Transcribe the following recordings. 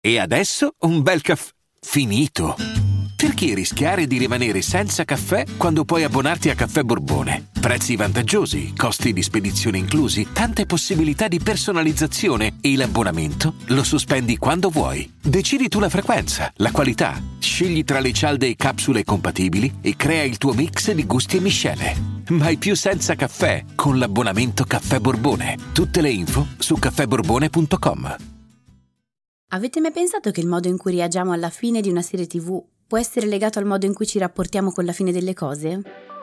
E adesso un bel caffè finito. Perché rischiare di rimanere senza caffè quando puoi abbonarti a Caffè Borbone? Prezzi vantaggiosi, costi di spedizione inclusi, tante possibilità di personalizzazione e l'abbonamento lo sospendi quando vuoi. Decidi tu la frequenza, la qualità, scegli tra le cialde e capsule compatibili e crea il tuo mix di gusti e miscele. Mai più senza caffè con l'abbonamento Caffè Borbone. Tutte le info su caffèborbone.com. Avete mai pensato che il modo in cui reagiamo alla fine di una serie TV può essere legato al modo in cui ci rapportiamo con la fine delle cose?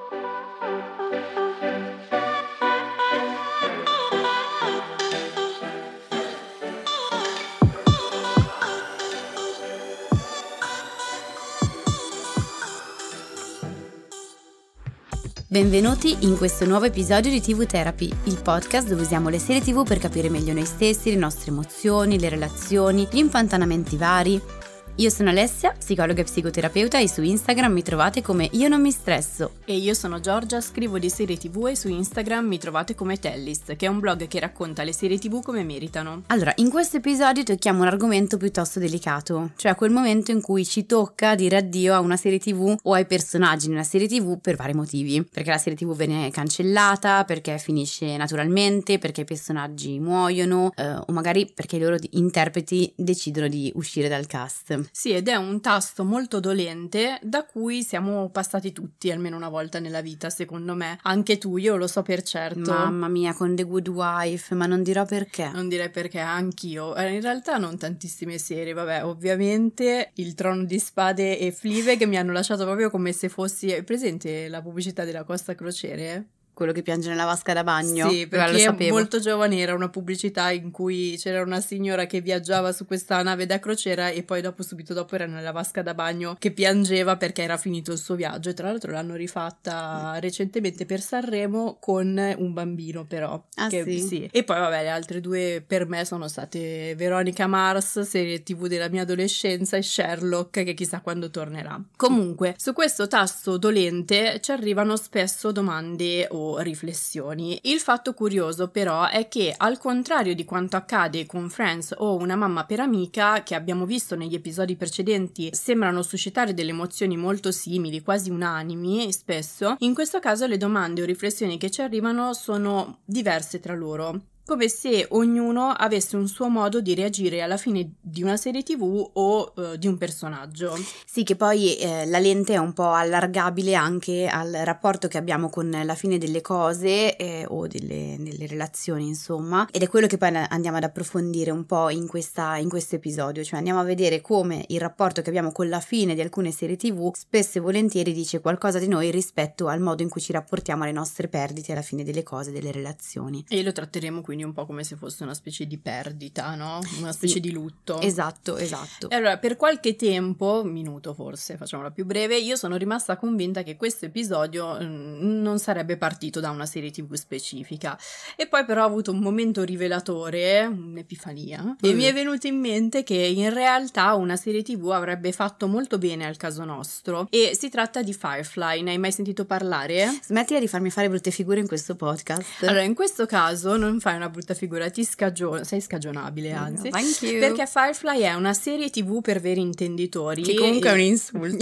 Benvenuti in questo nuovo episodio di TV Therapy, il podcast dove usiamo le serie TV per capire meglio noi stessi, le nostre emozioni, le relazioni, gli infantanamenti vari. Io sono Alessia, psicologa e psicoterapeuta, e su Instagram mi trovate come Io non mi stresso. E io sono Giorgia, scrivo di serie TV e su Instagram mi trovate come Tellist, che è un blog che racconta le serie TV come meritano. Allora, in questo episodio tocchiamo un argomento piuttosto delicato, cioè quel momento in cui ci tocca dire addio a una serie TV o ai personaggi di una serie TV per vari motivi. Perché la serie TV viene cancellata, perché finisce naturalmente, perché i personaggi muoiono, o magari perché i loro interpreti decidono di uscire dal cast. Sì, ed è un tasto molto dolente da cui siamo passati tutti almeno una volta nella vita, secondo me. Anche tu, io lo so per certo. Mamma mia, con The Good Wife, ma non dirò perché. Non direi perché, anch'io. In realtà non tantissime serie, vabbè, ovviamente Il Trono di Spade e Fleabag mi hanno lasciato proprio come se fossi... È presente la pubblicità della Costa Crociere? Quello che piange nella vasca da bagno. Sì, perché molto giovane era una pubblicità in cui c'era una signora che viaggiava su questa nave da crociera e poi subito dopo era nella vasca da bagno che piangeva perché era finito il suo viaggio, e tra l'altro l'hanno rifatta recentemente per Sanremo con un bambino però. Sì? E poi vabbè, le altre due per me sono state Veronica Mars, serie TV della mia adolescenza, e Sherlock, che chissà quando tornerà. Comunque, su questo tasto dolente ci arrivano spesso domande o riflessioni. Il fatto curioso però è che, al contrario di quanto accade con Friends o Una mamma per amica, che abbiamo visto negli episodi precedenti sembrano suscitare delle emozioni molto simili, quasi unanimi spesso, in questo caso le domande o riflessioni che ci arrivano sono diverse tra loro, come se ognuno avesse un suo modo di reagire alla fine di una serie TV o di un personaggio. Sì, che poi la lente è un po' allargabile anche al rapporto che abbiamo con la fine delle cose o delle relazioni, insomma, ed è quello che poi andiamo ad approfondire un po' in questo episodio, cioè andiamo a vedere come il rapporto che abbiamo con la fine di alcune serie TV spesso e volentieri dice qualcosa di noi rispetto al modo in cui ci rapportiamo alle nostre perdite alla fine delle cose, delle relazioni. E lo tratteremo quindi un po' come se fosse una specie di perdita, no? Una specie di lutto. Esatto. E allora, per qualche tempo, minuto forse, facciamola più breve, io sono rimasta convinta che questo episodio non sarebbe partito da una serie TV specifica. E poi però ho avuto un momento rivelatore, un'epifania, e mi è venuto in mente che in realtà una serie TV avrebbe fatto molto bene al caso nostro. E si tratta di Firefly. Ne hai mai sentito parlare? Smettila di farmi fare brutte figure in questo podcast. Allora, in questo caso non fai una brutta figura, sei scagionabile, anzi. Thank you. Perché Firefly è una serie TV per veri intenditori. Che comunque è un insulto.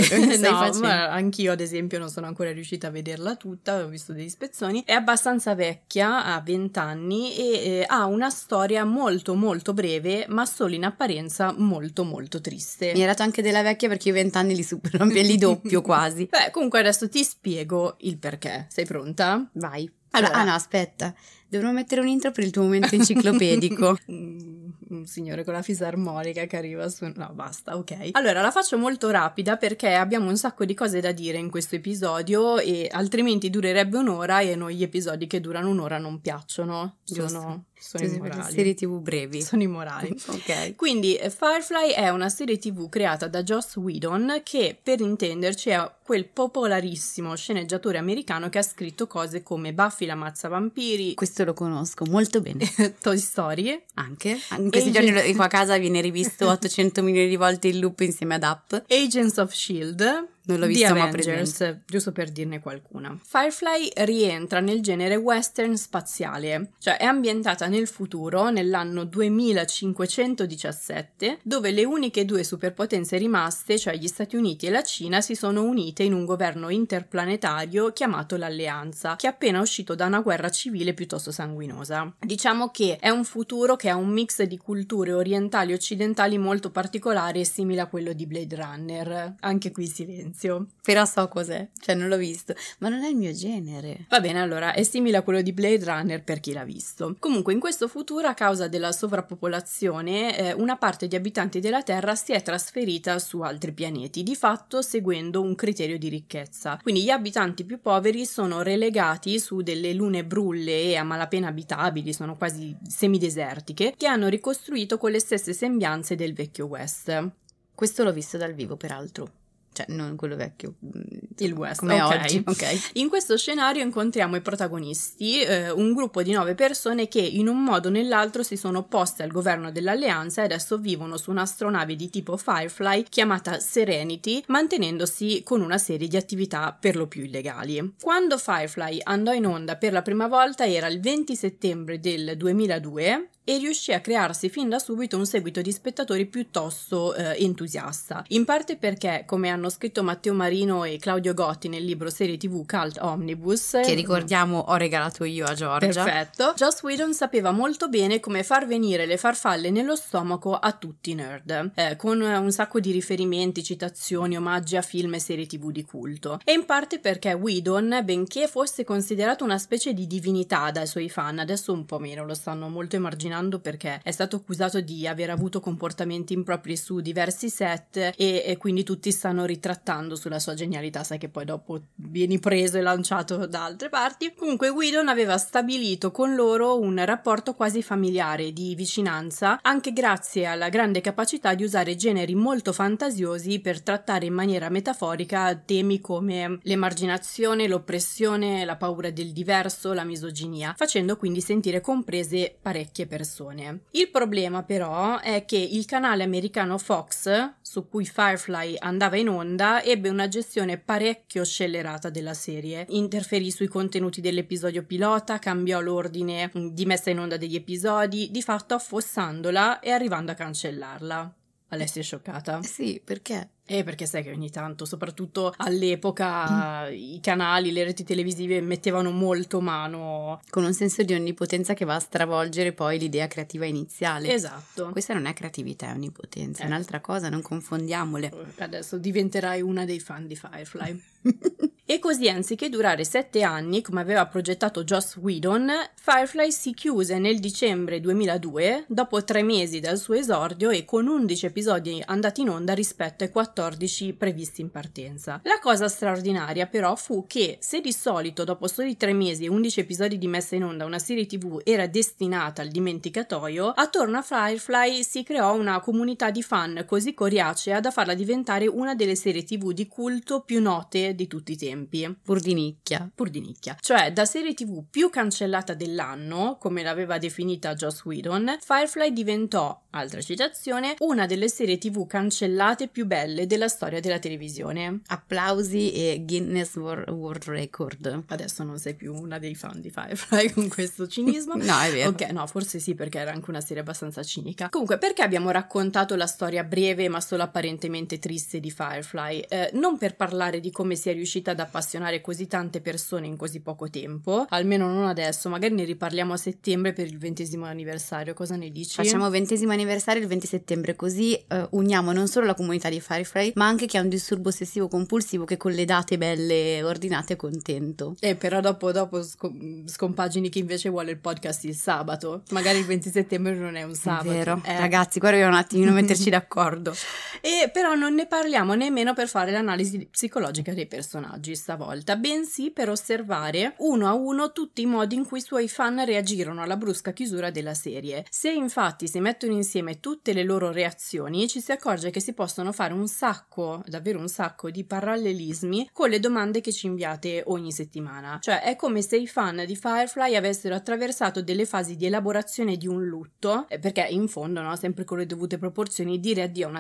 Ma anch'io ad esempio non sono ancora riuscita a vederla tutta, ho visto degli spezzoni. È abbastanza vecchia, ha 20 anni e ha una storia molto molto breve, ma solo in apparenza molto molto triste. Mi hai dato anche della vecchia perché io 20 anni li supero, li doppio quasi. Beh, comunque adesso ti spiego il perché. Sei pronta? Vai. Allora, no, aspetta, dovrò mettere un intro per il tuo momento enciclopedico. Un signore con la fisarmonica che arriva su... No, basta, ok. Allora, la faccio molto rapida perché abbiamo un sacco di cose da dire in questo episodio e altrimenti durerebbe un'ora e noi gli episodi che durano un'ora non piacciono. Sono immorali. Serie TV brevi. Sono immorali. Ok. Quindi Firefly è una serie TV creata da Joss Whedon, che per intenderci è quel popolarissimo sceneggiatore americano che ha scritto cose come Buffy la Mazzavampiri. Questo lo conosco molto bene. Toy Story. Anche. In questi giorni qua a casa viene rivisto 800 milioni di volte in loop insieme ad Up. Agents of S.H.I.E.L.D., Non l'ho The visto, ma Avengers, presente. giusto per dirne qualcuna. Firefly rientra nel genere western spaziale, cioè è ambientata nel futuro, nell'anno 2517, dove le uniche due superpotenze rimaste, cioè gli Stati Uniti e la Cina, si sono unite in un governo interplanetario chiamato l'Alleanza, che è appena uscito da una guerra civile piuttosto sanguinosa. Diciamo che è un futuro che ha un mix di culture orientali e occidentali molto particolare e simile a quello di Blade Runner. Anche qui silenzio. Però so cos'è, cioè non l'ho visto, ma non è il mio genere. Va bene, allora, è simile a quello di Blade Runner per chi l'ha visto. Comunque, in questo futuro, a causa della sovrappopolazione, una parte di abitanti della Terra si è trasferita su altri pianeti, di fatto seguendo un criterio di ricchezza. Quindi gli abitanti più poveri sono relegati su delle lune brulle e a malapena abitabili, sono quasi semidesertiche, che hanno ricostruito con le stesse sembianze del vecchio West. Questo l'ho visto dal vivo, peraltro. Cioè, non quello vecchio, il West, come ok. oggi. Okay. In questo scenario incontriamo i protagonisti, un gruppo di 9 persone che in un modo o nell'altro si sono opposte al governo dell'Alleanza e adesso vivono su un'astronave di tipo Firefly chiamata Serenity, mantenendosi con una serie di attività per lo più illegali. Quando Firefly andò in onda per la prima volta era il 20 settembre del 2002 e riuscì a crearsi fin da subito un seguito di spettatori piuttosto entusiasta, in parte perché, come hanno scritto Matteo Marino e Claudio Gotti nel libro serie TV Cult Omnibus, che ricordiamo ho regalato io a Giorgia. Perfetto. Joss Whedon sapeva molto bene come far venire le farfalle nello stomaco a tutti i nerd, con un sacco di riferimenti, citazioni, omaggi a film e serie TV di culto. E in parte perché Whedon, benché fosse considerato una specie di divinità dai suoi fan, adesso un po' meno, lo stanno molto emarginando perché è stato accusato di aver avuto comportamenti impropri su diversi set e quindi tutti stanno ritrattando sulla sua genialità, sai che poi dopo vieni preso e lanciato da altre parti. Comunque Whedon aveva stabilito con loro un rapporto quasi familiare di vicinanza, anche grazie alla grande capacità di usare generi molto fantasiosi per trattare in maniera metaforica temi come l'emarginazione, l'oppressione, la paura del diverso, la misoginia, facendo quindi sentire comprese parecchie persone. Il problema però è che il canale americano Fox, su cui Firefly andava in onda, ebbe una gestione parecchio scellerata della serie, interferì sui contenuti dell'episodio pilota, cambiò l'ordine di messa in onda degli episodi, di fatto affossandola e arrivando a cancellarla. Alessia è scioccata? Sì, perché? Perché sai che ogni tanto, soprattutto all'epoca, i canali, le reti televisive mettevano molto mano. Con un senso di onnipotenza che va a stravolgere poi l'idea creativa iniziale. Esatto. Questa non è creatività, è onnipotenza, è un'altra cosa, non confondiamole. Adesso diventerai una dei fan di Firefly. E così, anziché durare 7 anni, come aveva progettato Joss Whedon, Firefly si chiuse nel dicembre 2002, dopo 3 mesi dal suo esordio e con 11 episodi andati in onda rispetto ai 14 previsti in partenza. La cosa straordinaria però fu che, se di solito dopo soli 3 mesi e 11 episodi di messa in onda una serie TV era destinata al dimenticatoio, attorno a Firefly si creò una comunità di fan così coriacea da farla diventare una delle serie TV di culto più note di tutti i tempi. Pur di nicchia. Cioè, da serie TV più cancellata dell'anno, come l'aveva definita Joss Whedon, Firefly diventò, altra citazione, una delle serie TV cancellate più belle della storia della televisione. Applausi e Guinness World Record. Adesso non sei più una dei fan di Firefly con questo cinismo. No, è vero. Ok, no, forse sì, perché era anche una serie abbastanza cinica. Comunque, perché abbiamo raccontato la storia breve ma solo apparentemente triste di Firefly? Non per parlare di come sia riuscita ad appassionare così tante persone in così poco tempo, almeno non adesso, magari ne riparliamo a settembre per il 20° anniversario, cosa ne dici? Facciamo 20° anniversario il 20 settembre, così uniamo non solo la comunità di Firefly, ma anche chi ha un disturbo ossessivo compulsivo che con le date belle ordinate è contento. Però dopo scompagini chi invece vuole il podcast il sabato, magari il 20 settembre non è un sabato. È vero, ragazzi, guarda, dobbiamo un attimino metterci d'accordo. E però non ne parliamo nemmeno per fare l'analisi psicologica dei personaggi stavolta, bensì per osservare uno a uno tutti i modi in cui i suoi fan reagirono alla brusca chiusura della serie. Se infatti si mettono insieme tutte le loro reazioni, ci si accorge che si possono fare davvero un sacco di parallelismi con le domande che ci inviate ogni settimana. Cioè è come se i fan di Firefly avessero attraversato delle fasi di elaborazione di un lutto, perché in fondo, no, sempre con le dovute proporzioni, dire addio a una serie TV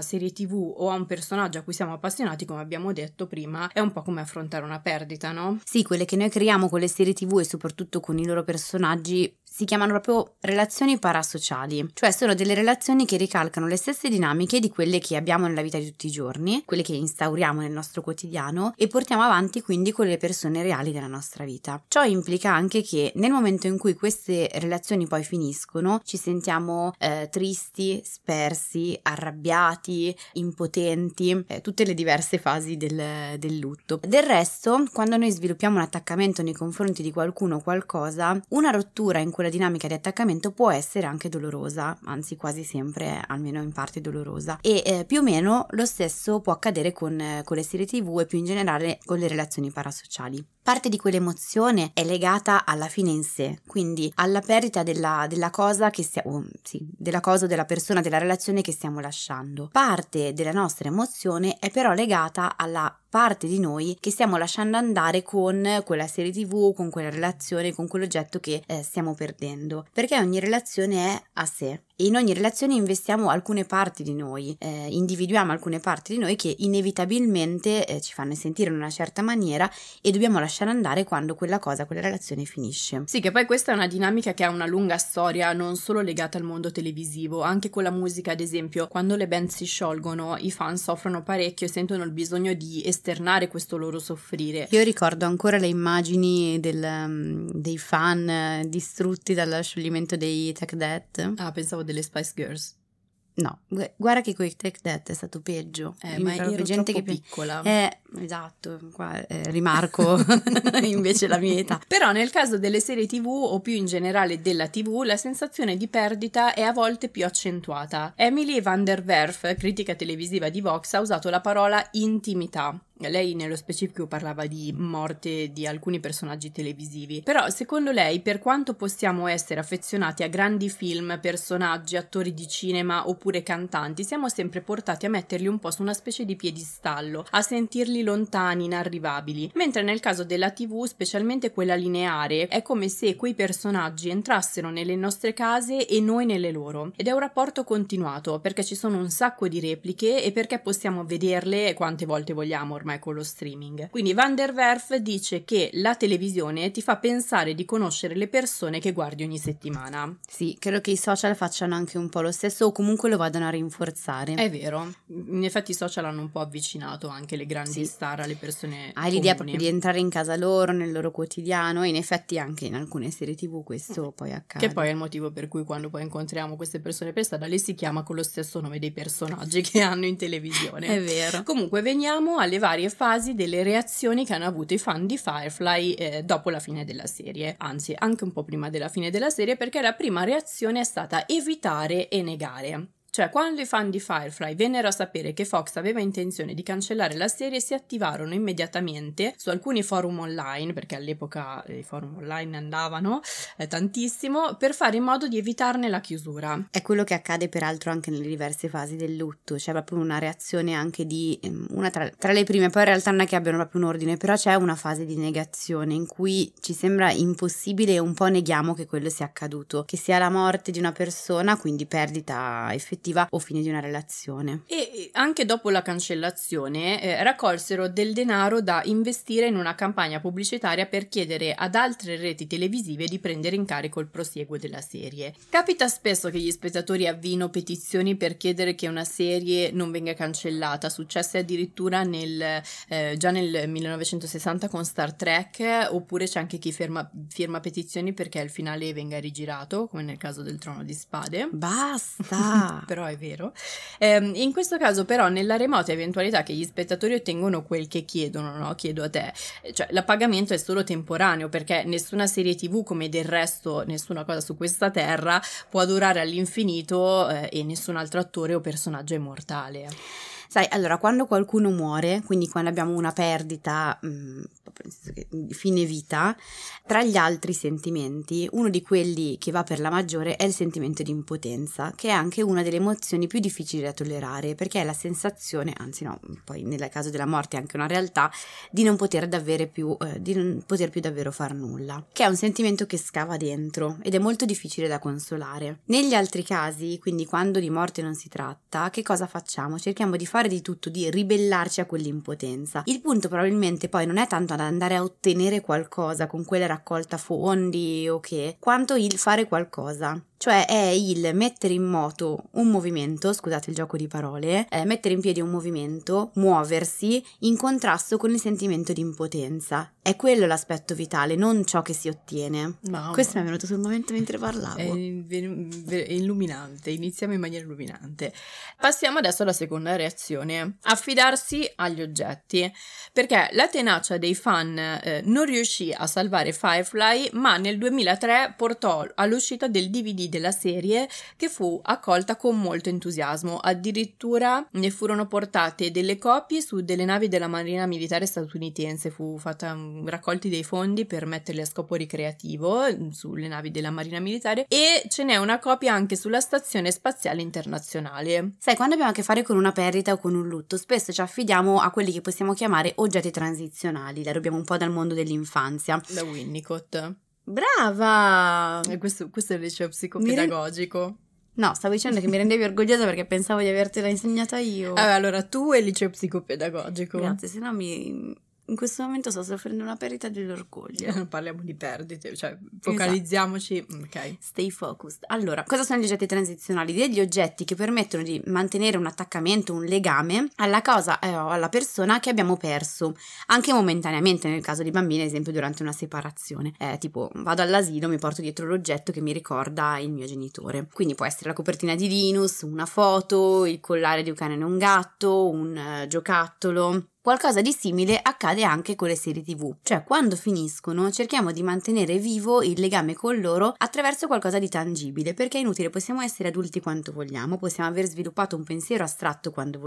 TV o a un personaggio a cui siamo appassionati, come abbiamo detto prima, è un po' come affrontare una perdita, no? Sì, quelle che noi creiamo con le serie TV e soprattutto con i loro personaggi si chiamano proprio relazioni parasociali, cioè sono delle relazioni che ricalcano le stesse dinamiche di quelle che abbiamo nella vita di tutti i giorni, quelle che instauriamo nel nostro quotidiano e portiamo avanti quindi con le persone reali della nostra vita. Ciò implica anche che nel momento in cui queste relazioni poi finiscono ci sentiamo tristi, spersi, arrabbiati, impotenti, tutte le diverse fasi del lutto. Del resto, quando noi sviluppiamo un attaccamento nei confronti di qualcuno o qualcosa, una rottura in quella dinamica di attaccamento può essere anche dolorosa, anzi quasi sempre, almeno in parte dolorosa, e più o meno lo stesso può accadere con le serie TV e più in generale con le relazioni parasociali. Parte di quell'emozione è legata alla fine in sé, quindi alla perdita della cosa che della cosa o della persona, della relazione che stiamo lasciando. Parte della nostra emozione è però legata alla parte di noi che stiamo lasciando andare con quella serie TV, con quella relazione, con quell'oggetto che stiamo perdendo, perché ogni relazione è a sé e in ogni relazione investiamo alcune parti di noi, individuiamo alcune parti di noi che inevitabilmente ci fanno sentire in una certa maniera e dobbiamo lasciare andare quando quella relazione finisce. Sì, che poi questa è una dinamica che ha una lunga storia, non solo legata al mondo televisivo, anche con la musica, ad esempio, quando le band si sciolgono i fan soffrono parecchio e sentono il bisogno di esternare questo loro soffrire. Io ricordo ancora le immagini dei fan distrutti dal scioglimento dei Tech Death. Ah, pensavo delle Spice Girls. No, guarda che con i Tech Death è stato peggio. Ma ero gente che piccola. Esatto, qua rimarco invece la mia età. Però nel caso delle serie TV o più in generale della TV, la sensazione di perdita è a volte più accentuata. Emily van der Werf, critica televisiva di Vox, ha usato la parola intimità. Lei nello specifico parlava di morte di alcuni personaggi televisivi, però secondo lei, per quanto possiamo essere affezionati a grandi film, personaggi, attori di cinema oppure cantanti, siamo sempre portati a metterli un po' su una specie di piedistallo, a sentirli lontani, inarrivabili, mentre nel caso della TV, specialmente quella lineare, è come se quei personaggi entrassero nelle nostre case e noi nelle loro, ed è un rapporto continuato, perché ci sono un sacco di repliche e perché possiamo vederle quante volte vogliamo ormai con lo streaming. Quindi Van der Werf dice che la televisione ti fa pensare di conoscere le persone che guardi ogni settimana. Sì, credo che i social facciano anche un po' lo stesso o comunque lo vadano a rinforzare. È vero, in effetti i social hanno un po' avvicinato anche le grandi star alle persone Hai l'idea proprio di entrare in casa loro, nel loro quotidiano, e in effetti anche in alcune serie TV questo poi accade. Che poi è il motivo per cui quando poi incontriamo queste persone per strada le si chiama con lo stesso nome dei personaggi che hanno in televisione. È vero. Comunque veniamo alle varie fasi delle reazioni che hanno avuto i fan di Firefly dopo la fine della serie, anzi anche un po' prima della fine della serie, perché la prima reazione è stata evitare e negare. Cioè, quando i fan di Firefly vennero a sapere che Fox aveva intenzione di cancellare la serie, si attivarono immediatamente su alcuni forum online, perché all'epoca i forum online andavano tantissimo, per fare in modo di evitarne la chiusura. È quello che accade peraltro anche nelle diverse fasi del lutto, c'è proprio una reazione anche di una tra le prime, poi in realtà non è che abbiano proprio un ordine, però c'è una fase di negazione in cui ci sembra impossibile e un po' neghiamo che quello sia accaduto, che sia la morte di una persona, quindi perdita effettiva o fine di una relazione. E anche dopo la cancellazione raccolsero del denaro da investire in una campagna pubblicitaria per chiedere ad altre reti televisive di prendere in carico il prosieguo della serie. Capita spesso che gli spettatori avviino petizioni per chiedere che una serie non venga cancellata, successe addirittura già nel 1960 con Star Trek, oppure c'è anche chi firma petizioni perché il finale venga rigirato, come nel caso del Trono di Spade. Basta! Però è vero. In questo caso però, nella remota eventualità che gli spettatori ottengono quel che chiedono, no? Chiedo a te, cioè l'appagamento è solo temporaneo, perché nessuna serie TV, come del resto nessuna cosa su questa terra, può durare all'infinito e nessun altro attore o personaggio è immortale. Sai, allora, quando qualcuno muore, quindi quando abbiamo una perdita di fine vita, tra gli altri sentimenti, uno di quelli che va per la maggiore è il sentimento di impotenza, che è anche una delle emozioni più difficili da tollerare, perché è la sensazione, anzi no, poi nel caso della morte è anche una realtà, di non poter più davvero far nulla, che è un sentimento che scava dentro ed è molto difficile da consolare. Negli altri casi, quindi quando di morte non si tratta, che cosa facciamo? Cerchiamo di fare fare di tutto, di ribellarci a quell'impotenza. Il punto probabilmente poi non è tanto ad andare a ottenere qualcosa con quella raccolta fondi o che, quanto il fare qualcosa. Cioè è il mettere in moto un movimento, scusate il gioco di parole, mettere in piedi un movimento, muoversi in contrasto con il sentimento di impotenza. È quello l'aspetto vitale, non ciò che si ottiene. Mamma. Questo mi è venuto sul momento mentre parlavo. È illuminante, iniziamo in maniera illuminante. Passiamo adesso alla seconda reazione, affidarsi agli oggetti, perché la tenacia dei fan non riuscì a salvare Firefly, ma nel 2003 portò all'uscita del DVD della serie, che fu accolta con molto entusiasmo. Addirittura ne furono portate delle copie su delle navi della Marina Militare statunitense, fu fatta raccolti dei fondi per metterli a scopo ricreativo sulle navi della Marina Militare, e ce n'è una copia anche sulla Stazione Spaziale Internazionale. Sai, quando abbiamo a che fare con una perdita o con un lutto, spesso ci affidiamo a quelli che possiamo chiamare oggetti transizionali, la rubiamo un po' dal mondo dell'infanzia. Da Winnicott. Brava! E questo è il liceo psicopedagogico. No, stavo dicendo che mi rendevi orgogliosa perché pensavo di avertela insegnata io. Allora, tu e il liceo psicopedagogico. Grazie, se no in questo momento sto soffrendo una perdita dell'orgoglio. Non parliamo di perdite, cioè focalizziamoci. Esatto. Ok. Stay focused. Allora, cosa sono gli oggetti transizionali? Degli oggetti che permettono di mantenere un attaccamento, un legame alla cosa o alla persona che abbiamo perso, anche momentaneamente, nel caso di bambini, ad esempio durante una separazione. Tipo, vado all'asilo, mi porto dietro l'oggetto che mi ricorda il mio genitore. Quindi può essere la copertina di Linus, una foto, il collare di un cane e un gatto, un giocattolo. Qualcosa di simile accade anche con le serie TV, cioè quando finiscono cerchiamo di mantenere vivo il legame con loro attraverso qualcosa di tangibile, perché è inutile, possiamo essere adulti quanto vogliamo, possiamo aver sviluppato un pensiero astratto quanto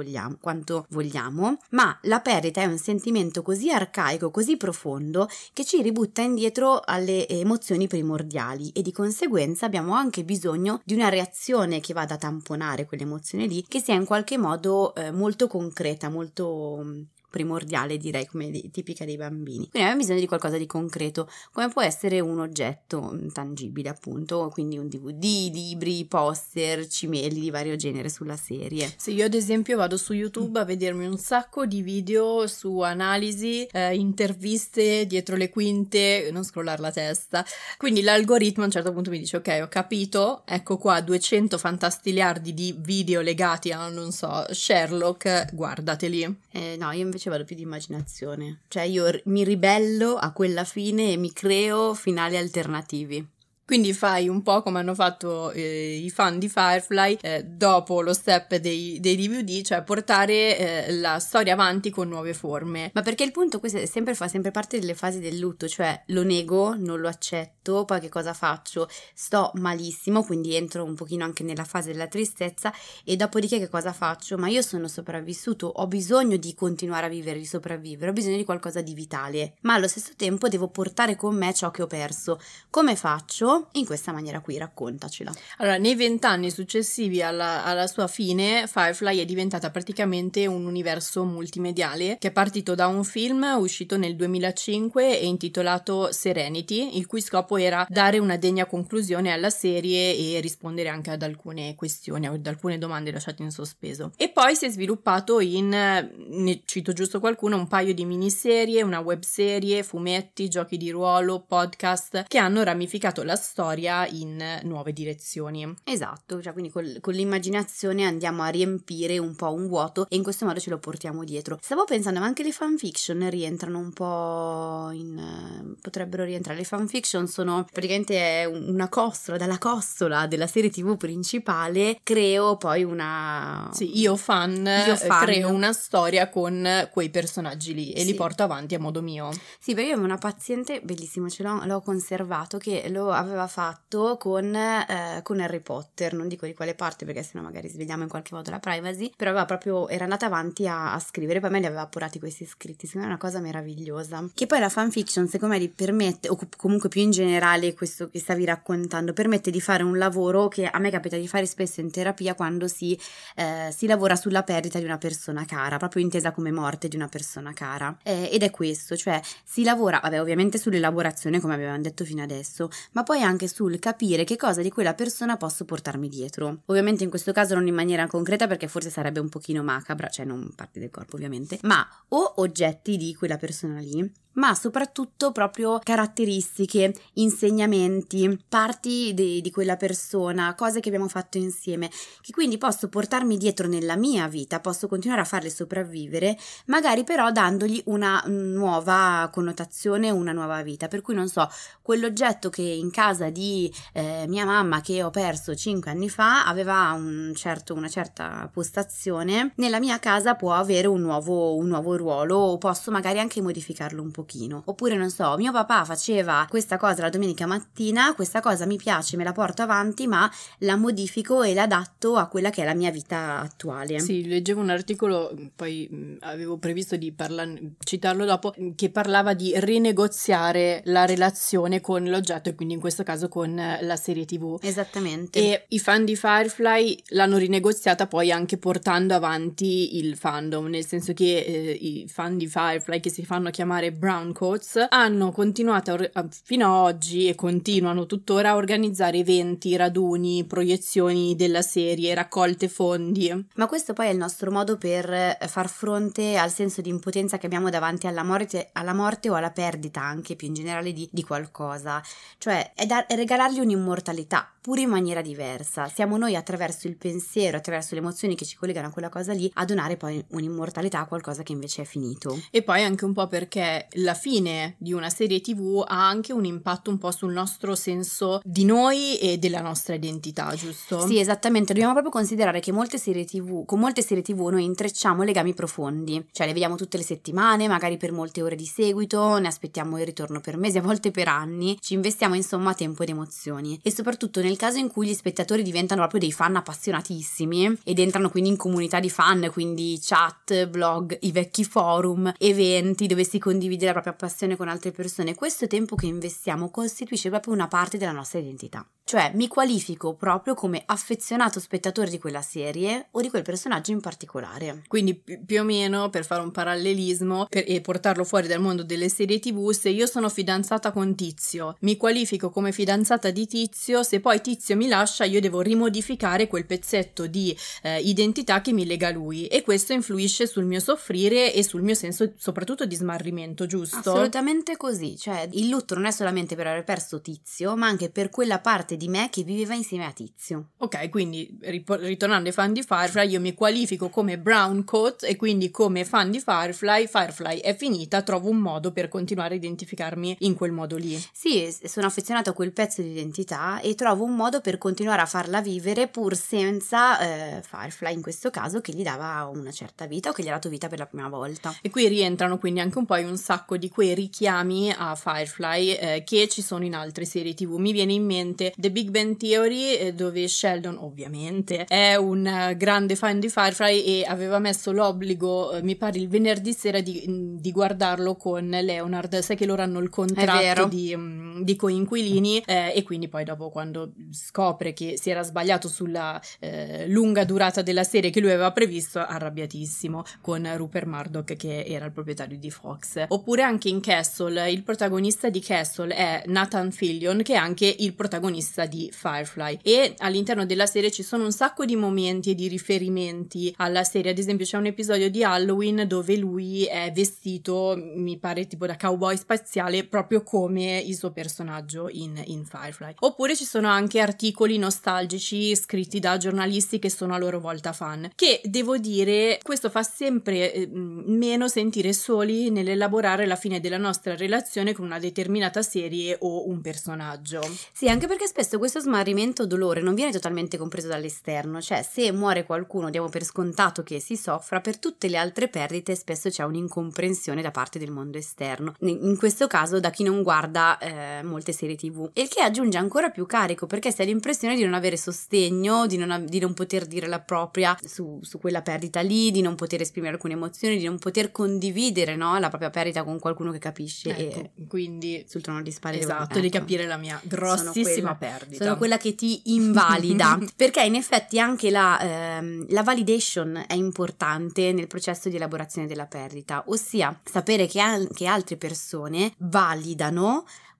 vogliamo, ma la perdita è un sentimento così arcaico, così profondo, che ci ributta indietro alle emozioni primordiali e di conseguenza abbiamo anche bisogno di una reazione che vada a tamponare quell'emozione lì, che sia in qualche modo molto concreta, molto primordiale, direi, come tipica dei bambini. Quindi abbiamo bisogno di qualcosa di concreto, come può essere un oggetto tangibile, appunto, quindi un DVD, libri, poster, cimeli di vario genere sulla serie. Sì, io ad esempio vado su YouTube a vedermi un sacco di video su analisi, interviste dietro le quinte, non scrollare la testa, quindi l'algoritmo a un certo punto mi dice: ok, ho capito, ecco qua 200 fantastiliardi di video legati a, non so, Sherlock, guardateli. No, io invece vado più di immaginazione, cioè io mi ribello a quella fine e mi creo finali alternativi. Quindi fai un po' come hanno fatto i fan di Firefly dopo lo step dei DVD, cioè portare la storia avanti con nuove forme. Ma perché il punto, questo fa sempre parte delle fasi del lutto, cioè lo nego, non lo accetto, poi che cosa faccio? Sto malissimo, quindi entro un pochino anche nella fase della tristezza, e dopodiché che cosa faccio? Ma io sono sopravvissuto, ho bisogno di continuare a vivere, di sopravvivere, ho bisogno di qualcosa di vitale, ma allo stesso tempo devo portare con me ciò che ho perso. Come faccio? In questa maniera qui, raccontacela. Allora, nei 20 anni successivi alla sua fine, Firefly è diventata praticamente un universo multimediale che è partito da un film uscito nel 2005 e intitolato Serenity, il cui scopo era dare una degna conclusione alla serie e rispondere anche ad alcune questioni, ad alcune domande lasciate in sospeso. E poi si è sviluppato ne cito giusto qualcuno, un paio di miniserie, una webserie, fumetti, giochi di ruolo, podcast che hanno ramificato la storia in nuove direzioni. Esatto, cioè quindi con l'immaginazione andiamo a riempire un po' un vuoto e in questo modo ce lo portiamo dietro. Stavo pensando, ma anche le fanfiction rientrano un po' potrebbero rientrare. Le fanfiction sono praticamente una costola, dalla costola della serie TV principale creo poi una... Sì, io fan creo una storia con quei personaggi lì e li porto avanti a modo mio. Sì, perché io avevo una paziente, bellissimo, l'ho conservato, che lo aveva fatto con Harry Potter, non dico di quale parte perché sennò magari svegliamo in qualche modo la privacy, però era andata avanti a scrivere, poi me li aveva appurati questi scritti, secondo me è una cosa meravigliosa. Che poi la fanfiction secondo me permette, o comunque più in generale questo che stavi raccontando, permette di fare un lavoro che a me capita di fare spesso in terapia quando si lavora sulla perdita di una persona cara, proprio intesa come morte di una persona cara, ed è questo, cioè si lavora, ovviamente sull'elaborazione come avevamo detto fino adesso, ma poi poi anche sul capire che cosa di quella persona posso portarmi dietro. Ovviamente in questo caso non in maniera concreta, perché forse sarebbe un pochino macabra, cioè non parti del corpo ovviamente, ma o oggetti di quella persona lì, ma soprattutto proprio caratteristiche, insegnamenti, parti di quella persona, cose che abbiamo fatto insieme, che quindi posso portarmi dietro nella mia vita, posso continuare a farle sopravvivere, magari però dandogli una nuova connotazione, una nuova vita. Per cui non so, quell'oggetto che in casa di mia mamma che ho perso 5 anni fa aveva una certa postazione, nella mia casa può avere un nuovo ruolo, o posso magari anche modificarlo un pochino. Oppure non so, mio papà faceva questa cosa la domenica mattina, questa cosa mi piace, me la porto avanti, ma la modifico e l'adatto a quella che è la mia vita attuale. Sì, leggevo un articolo, poi avevo previsto di citarlo dopo, che parlava di rinegoziare la relazione con l'oggetto, e quindi in questo caso con la serie TV. Esattamente. E i fan di Firefly l'hanno rinegoziata poi anche portando avanti il fandom, nel senso che i fan di Firefly, che si fanno chiamare Brown Coats, hanno continuato fino a oggi e continuano tuttora a organizzare eventi, raduni, proiezioni della serie, raccolte fondi. Ma questo poi è il nostro modo per far fronte al senso di impotenza che abbiamo davanti alla morte o alla perdita anche più in generale di qualcosa, cioè è regalargli un'immortalità pure in maniera diversa. Siamo noi, attraverso il pensiero, attraverso le emozioni che ci collegano a quella cosa lì, a donare poi un'immortalità a qualcosa che invece è finito. E poi anche un po' perché la fine di una serie TV ha anche un impatto un po' sul nostro senso di noi e della nostra identità, giusto? Sì, esattamente. Dobbiamo proprio considerare che con molte serie TV noi intrecciamo legami profondi, cioè le vediamo tutte le settimane, magari per molte ore di seguito, ne aspettiamo il ritorno per mesi, a volte per anni, ci investiamo insomma tempo ed emozioni. E soprattutto nel caso in cui gli spettatori diventano proprio dei fan appassionatissimi ed entrano quindi in comunità di fan, quindi chat, blog, i vecchi forum, eventi dove si condivide la propria passione con altre persone, questo tempo che investiamo costituisce proprio una parte della nostra identità. Cioè mi qualifico proprio come affezionato spettatore di quella serie o di quel personaggio in particolare. Quindi più o meno, per fare un parallelismo e portarlo fuori dal mondo delle serie TV, se io sono fidanzata con Tizio, mi qualifico come fidanzata di Tizio, se poi Tizio mi lascia io devo rimodificare quel pezzetto di identità che mi lega a lui, e questo influisce sul mio soffrire e sul mio senso soprattutto di smarrimento, giusto? Assolutamente così, cioè il lutto non è solamente per aver perso Tizio, ma anche per quella parte di me che viveva insieme a Tizio. Ok, quindi ritornando ai fan di Firefly, io mi qualifico come Brown Coat e quindi come fan di Firefly è finita, trovo un modo per continuare a identificarmi in quel modo lì. Sì, sono affezionato a quel pezzo di identità e trovo un modo per continuare a farla vivere pur senza Firefly in questo caso, che gli dava una certa vita o che gli ha dato vita per la prima volta. E qui rientrano quindi anche un po' un sacco di quei richiami a Firefly che ci sono in altre serie TV. Mi viene in mente The Big Bang Theory, dove Sheldon ovviamente è un grande fan di Firefly e aveva messo l'obbligo, mi pare il venerdì sera, di guardarlo con Leonard. Sai che loro hanno il contratto di coinquilini e quindi poi dopo, quando scopre che si era sbagliato sulla lunga durata della serie che lui aveva previsto, arrabbiatissimo con Rupert Murdoch, che era il proprietario di Fox. Oppure anche in Castle, il protagonista di Castle è Nathan Fillion, che è anche il protagonista di Firefly, e all'interno della serie ci sono un sacco di momenti e di riferimenti alla serie. Ad esempio c'è un episodio di Halloween dove lui è vestito, mi pare tipo da cowboy spaziale, proprio come il suo personaggio in Firefly. Oppure ci sono anche articoli nostalgici scritti da giornalisti che sono a loro volta fan, che devo dire questo fa sempre meno sentire soli nell'elaborare la fine della nostra relazione con una determinata serie o un personaggio. Sì, anche perché spesso questo smarrimento o dolore non viene totalmente compreso dall'esterno, cioè se muore qualcuno diamo per scontato che si soffra, per tutte le altre perdite spesso c'è un'incomprensione da parte del mondo esterno, in questo caso da chi non guarda molte serie TV, e il che aggiunge ancora più carico, perché si ha l'impressione di non avere sostegno, di non poter dire la propria su quella perdita lì, di non poter esprimere alcune emozioni, di non poter condividere, no, la propria perdita con qualcuno che capisce, e quindi sul trono di spade di capire la mia grossissima perdita. Sono quella che ti invalida perché in effetti anche la validation è importante nel processo di elaborazione della perdita, ossia sapere che altre persone validano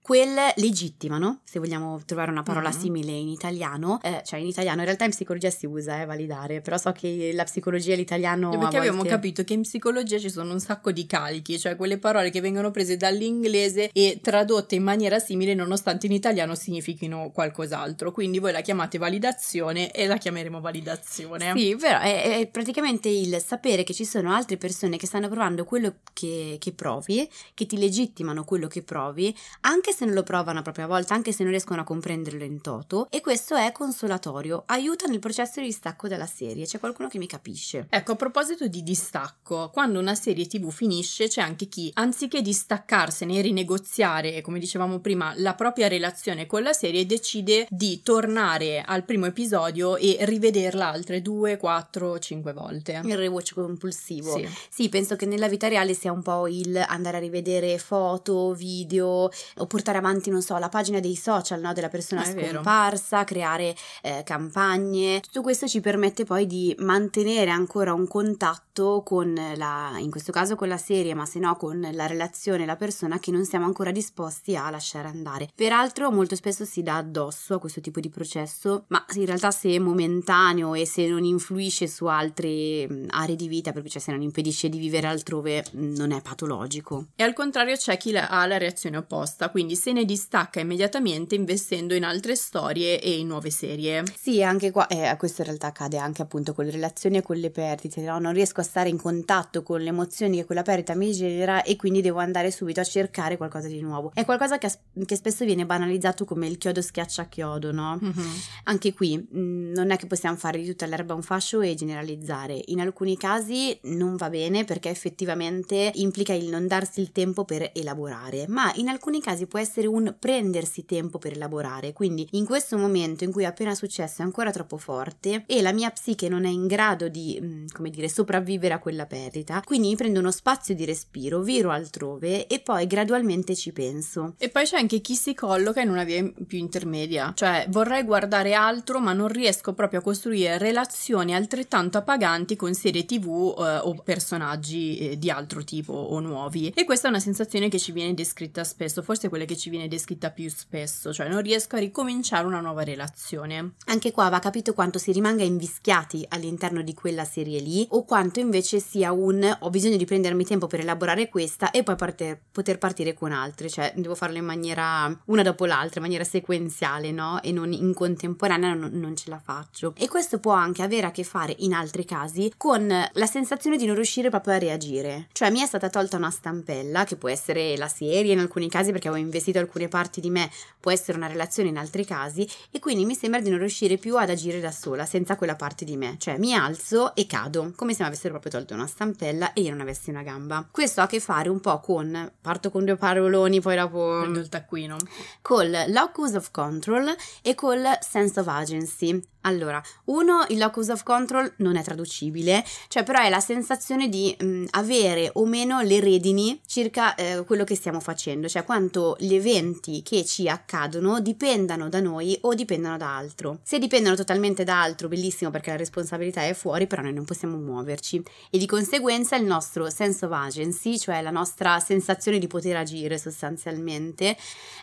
quel legittimano, se vogliamo trovare una parola simile in italiano, cioè in italiano in realtà in psicologia si usa validare, però so che la psicologia e l'italiano perché abbiamo volte... capito che in psicologia ci sono un sacco di calchi, cioè quelle parole che vengono prese dall'inglese e tradotte in maniera simile nonostante in italiano significhino qualcos'altro, quindi voi la chiamate validazione e la chiameremo validazione. Sì, vero, è praticamente il sapere che ci sono altre persone che stanno provando quello che provi, che ti legittimano quello che provi, anche se non lo provano a propria volta, anche se non riescono a comprenderlo in toto, e questo è consolatorio, aiuta nel processo di distacco dalla serie. C'è qualcuno che mi capisce? Ecco, a proposito di distacco, quando una serie TV finisce c'è anche chi, anziché distaccarsene e rinegoziare, come dicevamo prima, la propria relazione con la serie, decide di tornare al primo episodio e rivederla altre 2, 4, 5 volte. Il rewatch compulsivo. Sì. Sì, penso che nella vita reale sia un po' il andare a rivedere foto, video, o portare avanti, non so, la pagina dei social, no, della persona scomparsa, creare campagne. Tutto questo ci permette poi di mantenere ancora un contatto con in questo caso con la serie, ma se no con la relazione, la persona che non siamo ancora disposti a lasciare andare. Peraltro molto spesso si dà addosso a questo tipo di processo, ma in realtà se è momentaneo e se non influisce su altre aree di vita, per cui cioè se non impedisce di vivere altrove, non è patologico. E al contrario c'è chi ha la reazione opposta, quindi se ne distacca immediatamente investendo in altre storie e in nuove serie. Sì, anche qua, questo in realtà accade anche appunto con le relazioni e con le perdite, no? Non riesco a stare in contatto con le emozioni che quella perdita mi genera e quindi devo andare subito a cercare qualcosa di nuovo. È qualcosa che spesso viene banalizzato come il chiodo schiaccia chiodo, no? Anche qui non è che possiamo fare di tutta l'erba un fascio e generalizzare. In alcuni casi non va bene perché effettivamente implica il non darsi il tempo per elaborare, ma in alcuni casi può essere un prendersi tempo per elaborare. Quindi in questo momento in cui è appena successo è ancora troppo forte e la mia psiche non è in grado di, come dire, sopravvivere a quella perdita, quindi mi prendo uno spazio di respiro, viro altrove e poi gradualmente ci penso. E poi c'è anche chi si colloca in una via più intermedia, cioè vorrei guardare altro ma non riesco proprio a costruire relazioni altrettanto appaganti con serie TV o personaggi di altro tipo o nuovi, e questa è una sensazione che ci viene descritta spesso, forse quella che ci viene descritta più spesso, cioè non riesco a ricominciare una nuova relazione. Anche qua va capito quanto si rimanga invischiati all'interno di quella serie lì o quanto invece sia ho bisogno di prendermi tempo per elaborare questa e poi poter partire con altre, cioè devo farlo in maniera una dopo l'altra, in maniera sequenziale, no? E non in contemporanea, non ce la faccio. E questo può anche avere a che fare in altri casi con la sensazione di non riuscire proprio a reagire, cioè mi è stata tolta una stampella che può essere la serie in alcuni casi perché ho investito alcune parti di me, può essere una relazione in altri casi, e quindi mi sembra di non riuscire più ad agire da sola senza quella parte di me, cioè mi alzo e cado come se mi avessero proprio tolto una stampella e io non avessi una gamba. Questo ha a che fare un po' con, parto con due paroloni poi dopo prendo il taccuino, col locus of control e col sense of agency. Allora, il locus of control non è traducibile, cioè però è la sensazione di avere o meno le redini circa quello che stiamo facendo, cioè quanto gli eventi che ci accadono dipendano da noi o dipendano da altro. Se dipendono totalmente da altro, bellissimo perché la responsabilità è fuori, però noi non possiamo muoverci e di conseguenza il nostro sense of agency, cioè la nostra sensazione di poter agire sostanzialmente,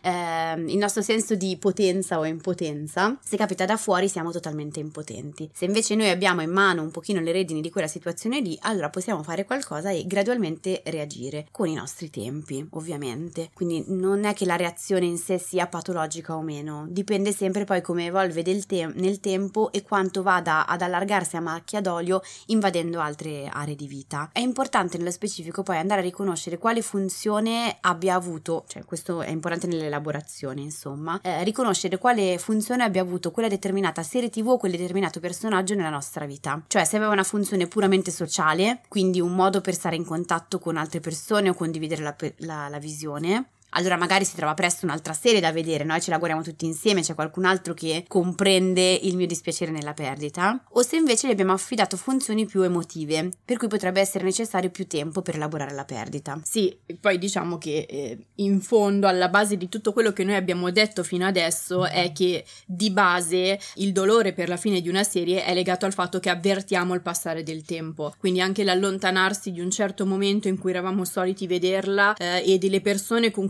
il nostro senso di potenza o impotenza, se capita da fuori siamo totalmente impotenti. Se invece noi abbiamo in mano un pochino le redini di quella situazione lì, allora possiamo fare qualcosa e gradualmente reagire con i nostri tempi, ovviamente. Quindi non è che la reazione in sé sia patologica o meno, dipende sempre poi come evolve nel tempo e quanto vada ad allargarsi a macchia d'olio invadendo altre aree di vita. È importante nello specifico poi andare a riconoscere quale funzione abbia avuto, cioè questo è importante nell'elaborazione, insomma, riconoscere quale funzione abbia avuto quella determinata serie TV o quel determinato personaggio nella nostra vita. Cioè se aveva una funzione puramente sociale, quindi un modo per stare in contatto con altre persone o condividere la visione, allora magari si trova presto un'altra serie da vedere, noi ce la guardiamo tutti insieme, c'è qualcun altro che comprende il mio dispiacere nella perdita, o se invece gli abbiamo affidato funzioni più emotive, per cui potrebbe essere necessario più tempo per elaborare la perdita. Sì, poi diciamo che in fondo alla base di tutto quello che noi abbiamo detto fino adesso è che di base il dolore per la fine di una serie è legato al fatto che avvertiamo il passare del tempo, quindi anche l'allontanarsi di un certo momento in cui eravamo soliti vederla e delle persone con cui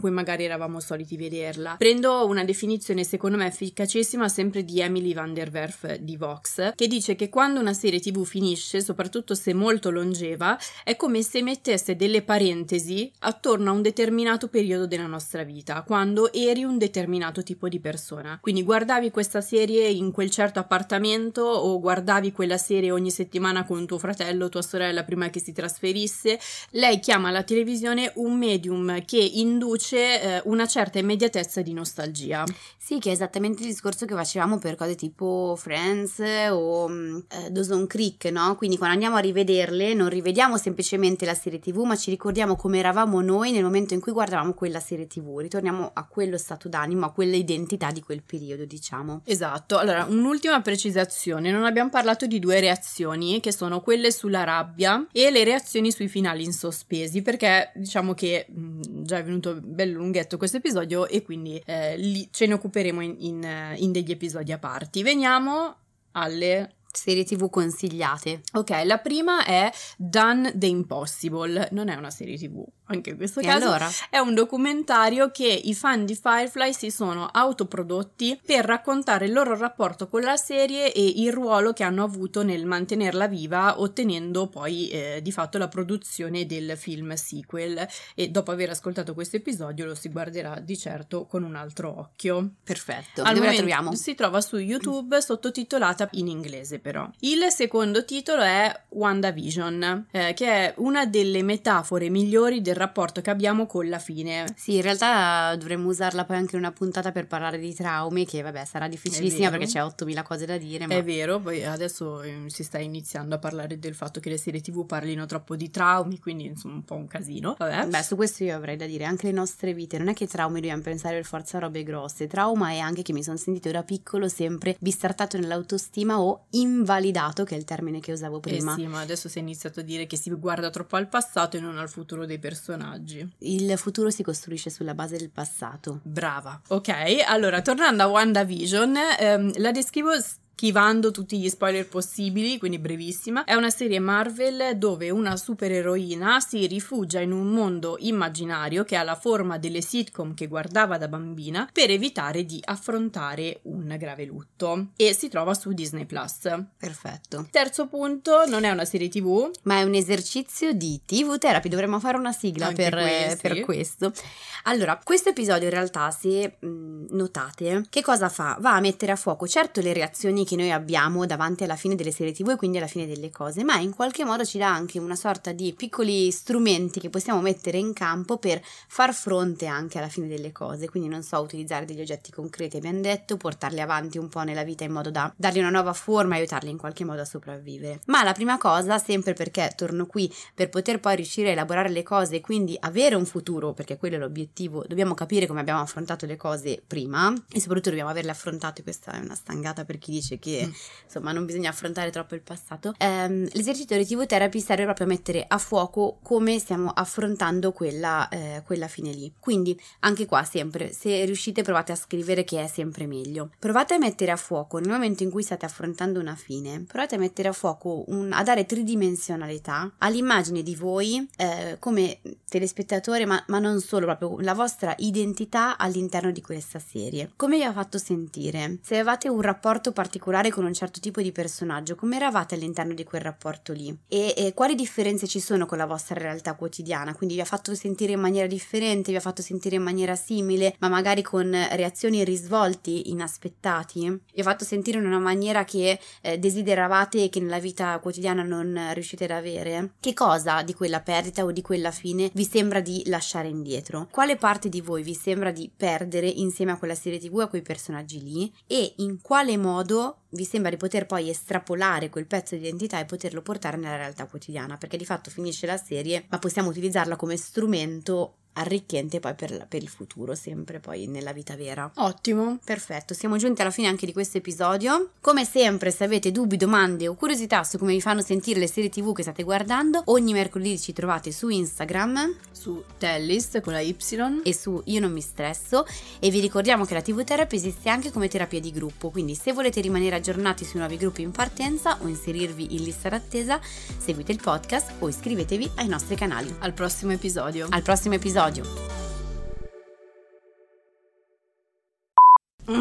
cui magari eravamo soliti vederla. Prendo una definizione secondo me efficacissima sempre di Emily van der Werf di Vox, che dice che quando una serie TV finisce, soprattutto se molto longeva, è come se mettesse delle parentesi attorno a un determinato periodo della nostra vita, quando eri un determinato tipo di persona. Quindi guardavi questa serie in quel certo appartamento o guardavi quella serie ogni settimana con tuo fratello o tua sorella prima che si trasferisse. Lei chiama la televisione un medium che induce una certa immediatezza di nostalgia. Sì, che è esattamente il discorso che facevamo per cose tipo Friends o Dawson's Creek, no? Quindi quando andiamo a rivederle non rivediamo semplicemente la serie TV, ma ci ricordiamo come eravamo noi nel momento in cui guardavamo quella serie TV, ritorniamo a quello stato d'animo, a quella identità di quel periodo, diciamo. Esatto. Allora, un'ultima precisazione: non abbiamo parlato di due reazioni, che sono quelle sulla rabbia e le reazioni sui finali in sospesi, perché diciamo che già è venuto bello lunghetto questo episodio e quindi lì ce ne occuperemo in degli episodi a parti. Veniamo alle serie TV consigliate. Ok, la prima è Done the Impossible. Non è una serie TV, anche in questo caso allora? È un documentario che i fan di Firefly si sono autoprodotti per raccontare il loro rapporto con la serie e il ruolo che hanno avuto nel mantenerla viva, ottenendo poi di fatto la produzione del film sequel. E dopo aver ascoltato questo episodio lo si guarderà di certo con un altro occhio. Perfetto. Al Dove la momento troviamo? Si trova su YouTube sottotitolata in inglese, però. Il secondo titolo è WandaVision, che è una delle metafore migliori del rapporto che abbiamo con la fine. Sì, in realtà dovremmo usarla poi anche in una puntata per parlare di traumi, che vabbè sarà difficilissima perché c'è 8000 cose da dire, ma... È vero, poi adesso si sta iniziando a parlare del fatto che le serie TV parlino troppo di traumi, quindi insomma un po' un casino. Vabbè. Beh, su questo io avrei da dire, anche le nostre vite, non è che traumi dobbiamo pensare per forza a robe grosse, trauma è anche che mi sono sentito da piccolo sempre bistartato nell'autostima o invalidato, che è il termine che usavo prima. Sì, ma adesso si è iniziato a dire che si guarda troppo al passato e non al futuro dei personaggi. Il futuro si costruisce sulla base del passato. Brava. Ok, allora tornando a WandaVision, la descrivo schivando tutti gli spoiler possibili, quindi brevissima. È una serie Marvel dove una supereroina si rifugia in un mondo immaginario che ha la forma delle sitcom che guardava da bambina per evitare di affrontare un grave lutto, e si trova su Disney Plus. Perfetto. Terzo punto, non è una serie TV, ma è un esercizio di TV Therapy. Dovremmo fare una sigla per questo. Allora, questo episodio in realtà, se notate, che cosa fa? Va a mettere a fuoco certo le reazioni che noi abbiamo davanti alla fine delle serie TV e quindi alla fine delle cose, ma in qualche modo ci dà anche una sorta di piccoli strumenti che possiamo mettere in campo per far fronte anche alla fine delle cose. Quindi non so, utilizzare degli oggetti concreti, abbiamo detto, portarli avanti un po' nella vita in modo da dargli una nuova forma e aiutarli in qualche modo a sopravvivere. Ma la prima cosa, sempre perché torno qui per poter poi riuscire a elaborare le cose e quindi avere un futuro, perché quello è l'obiettivo, dobbiamo capire come abbiamo affrontato le cose prima e soprattutto dobbiamo averle affrontate. Questa è una stangata per chi dice che insomma non bisogna affrontare troppo il passato. L'esercizio di TV Therapy serve proprio a mettere a fuoco come stiamo affrontando quella fine lì. Quindi anche qua sempre, se riuscite, provate a scrivere, che è sempre meglio. Provate a mettere a fuoco nel momento in cui state affrontando una fine, provate a mettere a fuoco a dare tridimensionalità all'immagine di voi come telespettatore, ma non solo, proprio la vostra identità all'interno di questa serie. Come vi ha fatto sentire? Se avevate un rapporto particolare con un certo tipo di personaggio, come eravate all'interno di quel rapporto lì? E quali differenze ci sono con la vostra realtà quotidiana? Quindi vi ha fatto sentire in maniera differente, vi ha fatto sentire in maniera simile, ma magari con reazioni e risvolti inaspettati? Vi ha fatto sentire in una maniera che desideravate e che nella vita quotidiana non riuscite ad avere? Che cosa di quella perdita o di quella fine vi sembra di lasciare indietro? Quale parte di voi vi sembra di perdere insieme a quella serie TV e a quei personaggi lì? E in quale modo vi sembra di poter poi estrapolare quel pezzo di identità e poterlo portare nella realtà quotidiana? Perché di fatto finisce la serie, ma possiamo utilizzarla come strumento arricchente poi per il futuro, sempre poi nella vita vera. Ottimo, perfetto, siamo giunti alla fine anche di questo episodio. Come sempre, se avete dubbi, domande o curiosità su come vi fanno sentire le serie TV che state guardando, ogni mercoledì ci trovate su Instagram, su Tellis con la Y, e su Io non mi stresso. E vi ricordiamo che la TV Therapy esiste anche come terapia di gruppo, quindi se volete rimanere aggiornati sui nuovi gruppi in partenza o inserirvi in lista d'attesa, seguite il podcast o iscrivetevi ai nostri canali. Al prossimo episodio. Al prossimo episodio.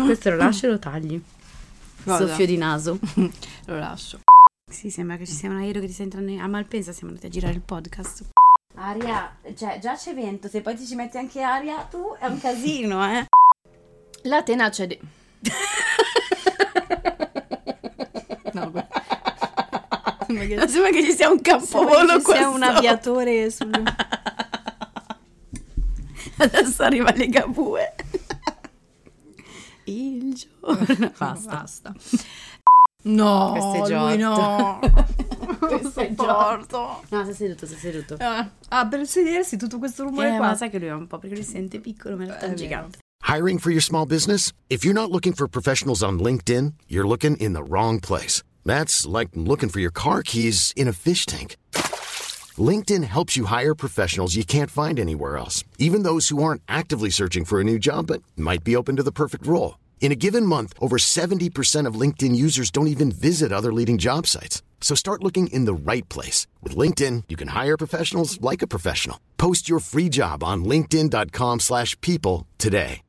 Questo lo lascio e lo tagli. Cosa? Soffio di naso. Lo lascio. Sì, sembra che ci sia un aereo che ti sta entrando a Malpensa, siamo andati a girare il podcast. Aria, cioè già c'è vento, se poi ti ci metti anche aria tu è un casino, La tenacia No, sembra che ci sia un capovolo qua. C'è un aviatore sul... Adesso arriva Ligabue. Il giorno. Basta. No, Questo è lui Giotto. no. Questo è Giotto. No, sei seduto. Per sedersi tutto questo rumore qua. Ma sai che lui è un po' perché lui sente piccolo, ma in realtà è gigante. Hiring for your small business? If you're not looking for professionals on LinkedIn, you're looking in the wrong place. That's like looking for your car keys in a fish tank. LinkedIn helps you hire professionals you can't find anywhere else, even those who aren't actively searching for a new job but might be open to the perfect role. In a given month, over 70% of LinkedIn users don't even visit other leading job sites. So start looking in the right place. With LinkedIn, you can hire professionals like a professional. Post your free job on linkedin.com/people today.